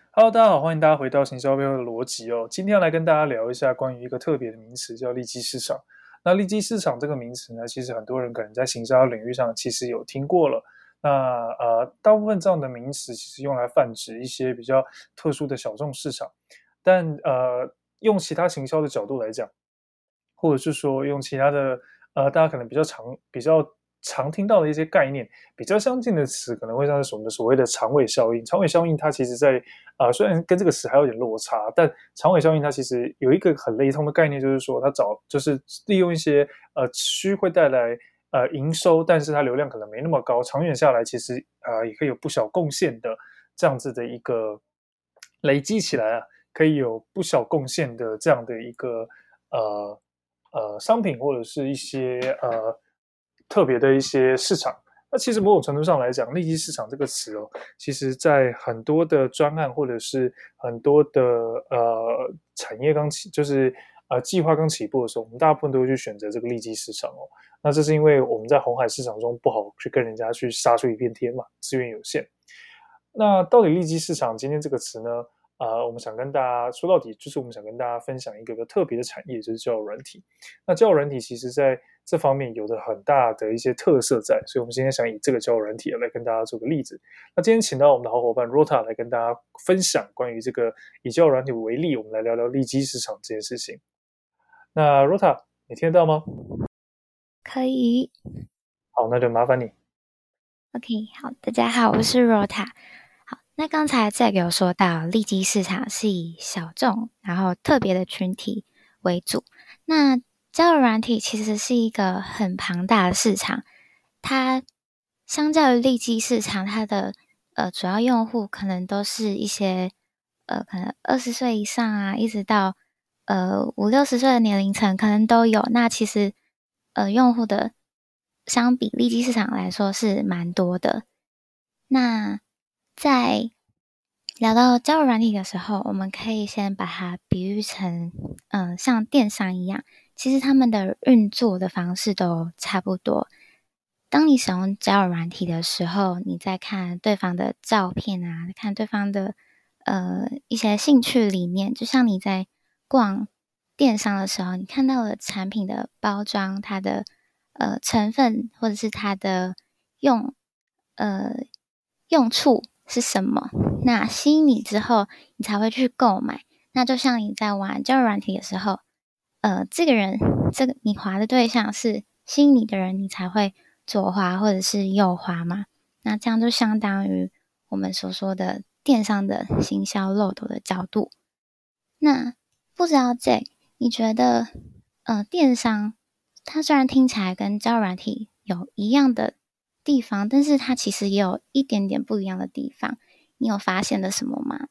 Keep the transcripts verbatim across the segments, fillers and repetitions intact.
Hello，大家好，欢迎大家回到行销背后的逻辑哦。今天要来跟大家聊一下关于一个特别的名词，叫利基市场。那利基市场这个名词呢，其实很多人可能在行销领域上其实有听过了。那呃，大部分这样的名词其实用来泛指一些比较特殊的小众市场，但呃，用其他行销的角度来讲，或者是说用其他的呃，大家可能比较常比较常听到的一些概念，比较相近的词，可能会像是我们所谓的长尾效应。长尾效应它其实在呃，虽然跟这个词还有点落差，但长尾效应它其实有一个很雷同的概念，就是说它找就是利用一些呃持续会带来呃营收，但是它流量可能没那么高，长远下来其实呃也可以有不小贡献的这样子的一个累积起来啊，可以有不小贡献的这样的一个呃呃商品或者是一些呃特别的一些市场。那其实某种程度上来讲，利基市场这个词哦，其实在很多的专案或者是很多的呃产业刚起，就是呃计划刚起步的时候，我们大部分都会去选择这个利基市场哦。那这是因为我们在红海市场中不好去跟人家去杀出一片天嘛，资源有限。那到底利基市场今天这个词呢？呃，我们想跟大家说到底，就是我们想跟大家分享一个个特别的产业，就是交友软体。那交友软体其实在这方面有着很大的一些特色在，所以我们今天想以这个交友软体来跟大家做个例子。那今天请到我们的好伙伴 Rota 来跟大家分享关于这个以交友软体为例，我们来聊聊利基市场这件事情。那 Rota，你听得到吗？ 可以好，那就麻烦你。 ，OK，好，大家好，我是 Rota。好，那刚才 Jack 有说到，利基市场是以小众然后特别的群体为主。那交友软体其实是一个很庞大的市场，它相较于利基市场，它的呃主要用户可能都是一些呃可能二十岁以上啊，一直到呃五六十岁的年龄层可能都有。那其实呃用户的相比利基市场来说是蛮多的。那在聊到交友软体的时候，我们可以先把它比喻成，嗯、像电商一样，其实他们的运作的方式都差不多。当你使用交友软体的时候，你在看对方的照片啊，看对方的呃一些兴趣理念，就像你在逛电商的时候，你看到了产品的包装，它的呃成分或者是它的用呃用处是什么，那吸引你之后，你才会去购买。那就像你在玩交友软体的时候，呃，这个人，这个你滑的对象是吸引你的人，你才会左滑或者是右滑嘛。那这样就相当于我们所说的电商的行销漏斗的角度。那不知道 J，你觉得，呃，电商它虽然听起来跟交友软体有一样的地方，但是它其实也有一点点不一样的地方。你有发现了什么吗？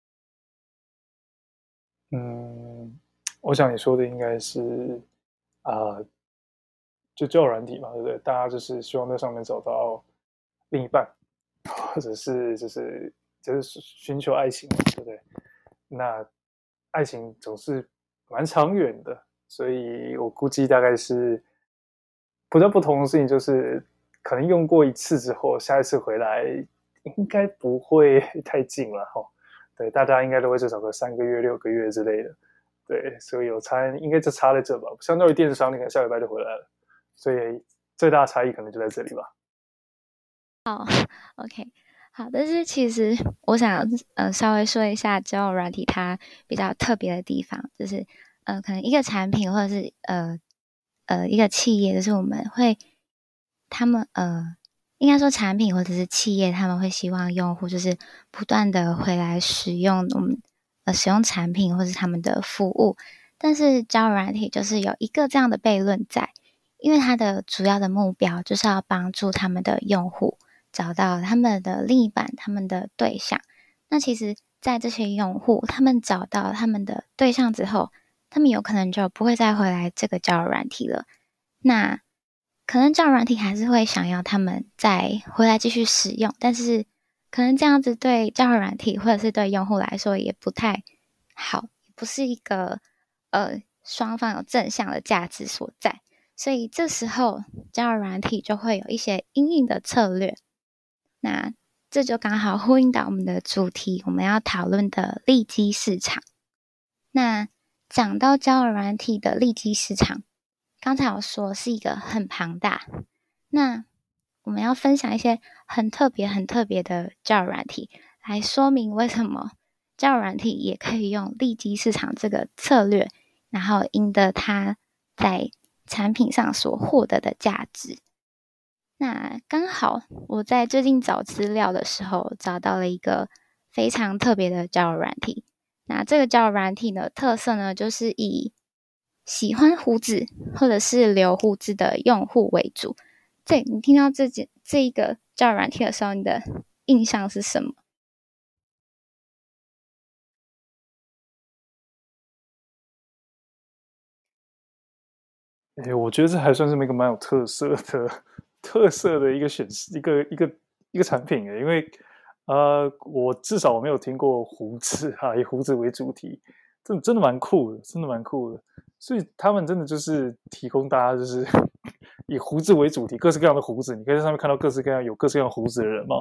嗯，我想你说的应该是啊、呃就交友软体嘛，对不对？大家就是希望在上面找到另一半，或者是就是就是寻求爱情嘛，对不对？那爱情总是蛮长远的，所以我估计大概是比较不同的事情，就是可能用过一次之后，下一次回来应该不会太近了哈。对，大家应该都会至少个三个月、六个月之类的。对，所以有差应该就差在这吧。相较于电商，你可能下礼拜就回来了，所以最大的差异可能就在这里吧。 OK，好，但是其实我想呃稍微说一下交友软体它比较特别的地方，就是呃可能一个产品或者是呃呃一个企业，就是我们会他们呃应该说产品或者是企业，他们会希望用户就是不断的回来使用我们呃使用产品或是他们的服务，但是交友软体就是有一个这样的悖论在，因为它的主要的目标就是要帮助他们的用户。找到他们的另一半，他们的对象。那其实，在这些用户他们找到他们的对象之后，他们有可能就不会再回来这个交友软体了。那可能交友软体还是会想要他们再回来继续使用，但是可能这样子对交友软体或者是对用户来说也不太好，不是一个呃双方有正向的价值所在。所以这时候交友软体就会有一些因应的策略。那这就刚好呼应到我们的主题，我们要讨论的利基市场。那讲到交友软体的利基市场，刚才有说是一个很庞大，那我们要分享一些很特别很特别的交友软体，来说明为什么交友软体也可以用利基市场这个策略，然后赢得它在产品上所获得的价值。那刚好我在最近找资料的时候找到了一个非常特别的交友软体。那这个交友软体的特色呢，就是以喜欢胡子或者是留胡子的用户为主。这你听到这件这一个交友软体的时候，你的印象是什么？ 诶，我觉得这还算是一个蛮有特色的特色的一个选一个一个一个产品诶，因为呃，我至少我没有听过胡子啊，以胡子为主题，真的真的蛮酷的，真的蛮酷的。所以他们真的就是提供大家就是以胡子为主题，各式各样的胡子，你可以在上面看到各式各样有各式各样胡子的人吗？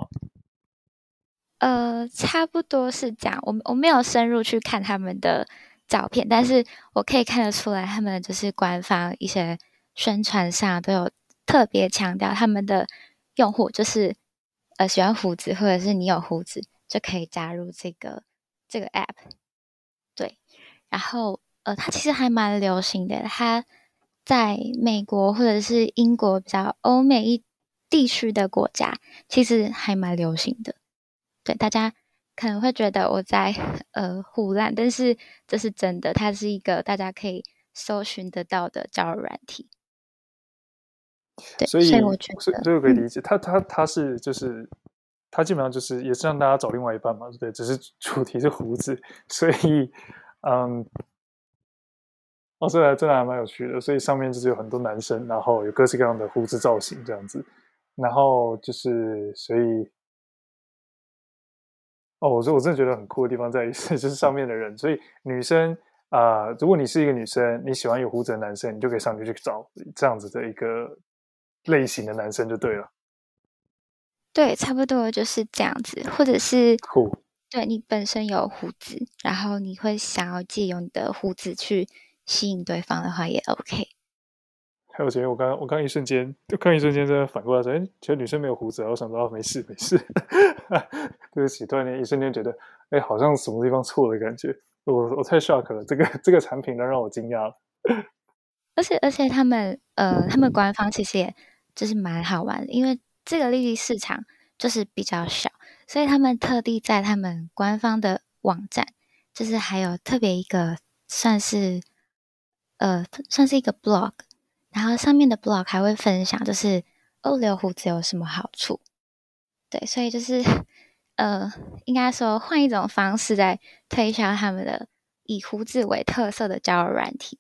呃，差不多是这样。我我没有深入去看他们的照片，但是我可以看得出来，他们就是官方一些宣传上都有特别强调，他们的用户就是呃喜欢胡子，或者是你有胡子就可以加入这个这个 app。对，然后呃，它其实还蛮流行的，它在美国或者是英国比较欧美一地区的国家，其实还蛮流行的。对，大家可能会觉得我在呃胡乱，但是这是真的，它是一个大家可以搜寻得到的交友软体。对， 所以， 所以我觉所以， 得， 所以我可以嗯， 理解，他他他是就是他基本上就是也是让大家找另外一半嘛，对，只是主题是胡子，所以，嗯，哦，这还真的还蛮有趣的。所以上面就是有很多男生，然后有各式各样的胡子造型这样子，然后就是所以哦，我说我真的觉得很酷的地方在于是就是上面的人，所以女生啊、呃如果你是一个女生，你喜欢有胡子的男生，你就可以上去去找这样子的一个类型的男生就对了， 对，差不多就是这样子，或者是酷。 对你本身有胡子，然后你会想要借由你的胡子去吸引对方的话，也 OK。 还有前面我刚刚我刚一瞬间，就刚一瞬间真的反过来说，哎，其实女生没有胡子啊，我想说，哦，没事没事，对不起，突然间一瞬间觉得，哎，好像什么地方错了感觉，我我太 shock 了，这个这个产品呢让我惊讶了。 而且而且他们呃，他们官方其实也就是蛮好玩的，因为这个利基市场就是比较小，所以他们特地在他们官方的网站，就是还有特别一个算是呃算是一个 blog，然后上面的 blog 还会分享就是哦留胡子有什么好处，对，所以就是呃应该说换一种方式在推销他们的以胡子为特色的交友软体。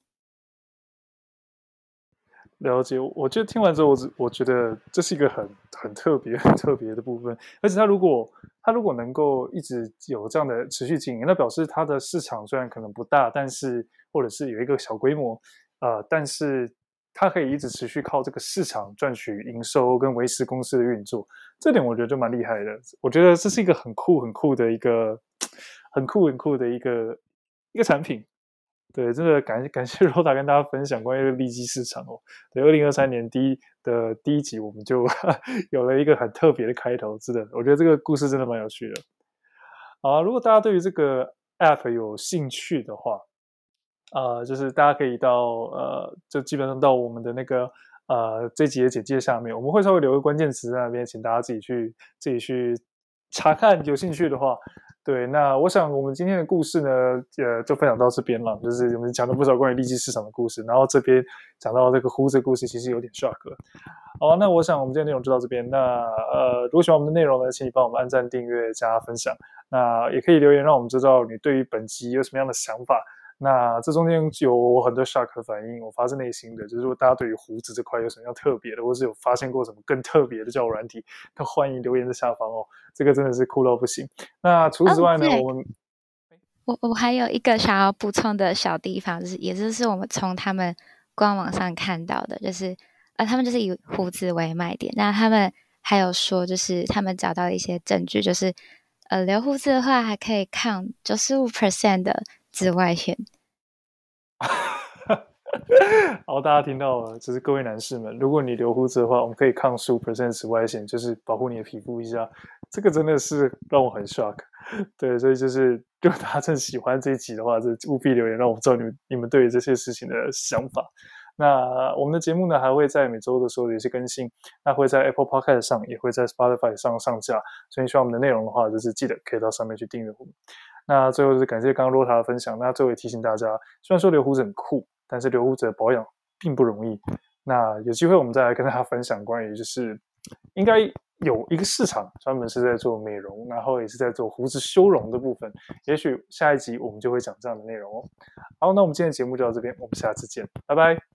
了解，我觉得听完之后，我只我觉得这是一个很很特别、很特别的部分。而且它如果它如果能够一直有这样的持续经营，那表示它的市场虽然可能不大，但是或者是有一个小规模，呃，但是它可以一直持续靠这个市场赚取营收跟维持公司的运作，这点我觉得就蛮厉害的。我觉得这是一个很酷、很酷的一个很酷、很酷的一个一个产品。对，真的感感谢 Roda 跟大家分享关于利基市场哦。对，二零二三年第一的第一集，我们就有了一个很特别的开头，真的，我觉得这个故事真的蛮有趣的。好啊，如果大家对于这个 App 有兴趣的话，呃，就是大家可以到呃，就基本上到我们的那个呃这集的简介下面，我们会稍微留个关键词在那边，请大家自己去自己去查看，有兴趣的话。对，那我想我们今天的故事呢，呃，就分享到这边了。就是我们讲了不少关于利基市场的故事，然后这边讲到这个胡子的故事，其实有点 shock 了。好，那我想我们今天内容就到这边。那呃，如果喜欢我们的内容呢，请你帮我们按赞、订阅、加分享。那也可以留言让我们知道你对于本集有什么样的想法。那这中间有很多 shock 的反应，我发自内心的，就是说大家对于胡子这块有什么样特别的，或是有发现过什么更特别的交友软体，都欢迎留言在下方哦。这个真的是酷到不行。那除此哦， 之外呢， 对， 我们我我还有一个想要补充的小地方，就是也就是我们从他们官网上看到的，就是呃，他们就是以胡子为卖点，那他们还有说就是他们找到一些证据，就是呃留胡子的话还可以抗 百分之九十五 的紫外线。 好，大家听到了，就是各位男士们，如果你留胡子的话，我们可以抗 百分之十五 紫外线，就是保护你的皮肤一下。这个真的是让我很 shock。对，所以就是如果大家真喜欢这一集的话，就务必留言让我知道你们你们对于这些事情的想法。那我们的节目呢，还会在每周的时候有一些更新，那会在 Apple Podcast 上，也会在 Spotify 上上架。所以喜欢我们的内容的话，就是记得可以到上面去订阅我们。那最后就是感谢刚刚 Rota 的分享。那最后也提醒大家，虽然说留胡子很酷，但是留胡子的保养并不容易。那有机会我们再来跟大家分享关于就是应该有一个市场专门是在做美容，然后也是在做胡子修容的部分。也许下一集我们就会讲这样的内容哦。好，那我们今天的节目就到这边，我们下次见，拜拜。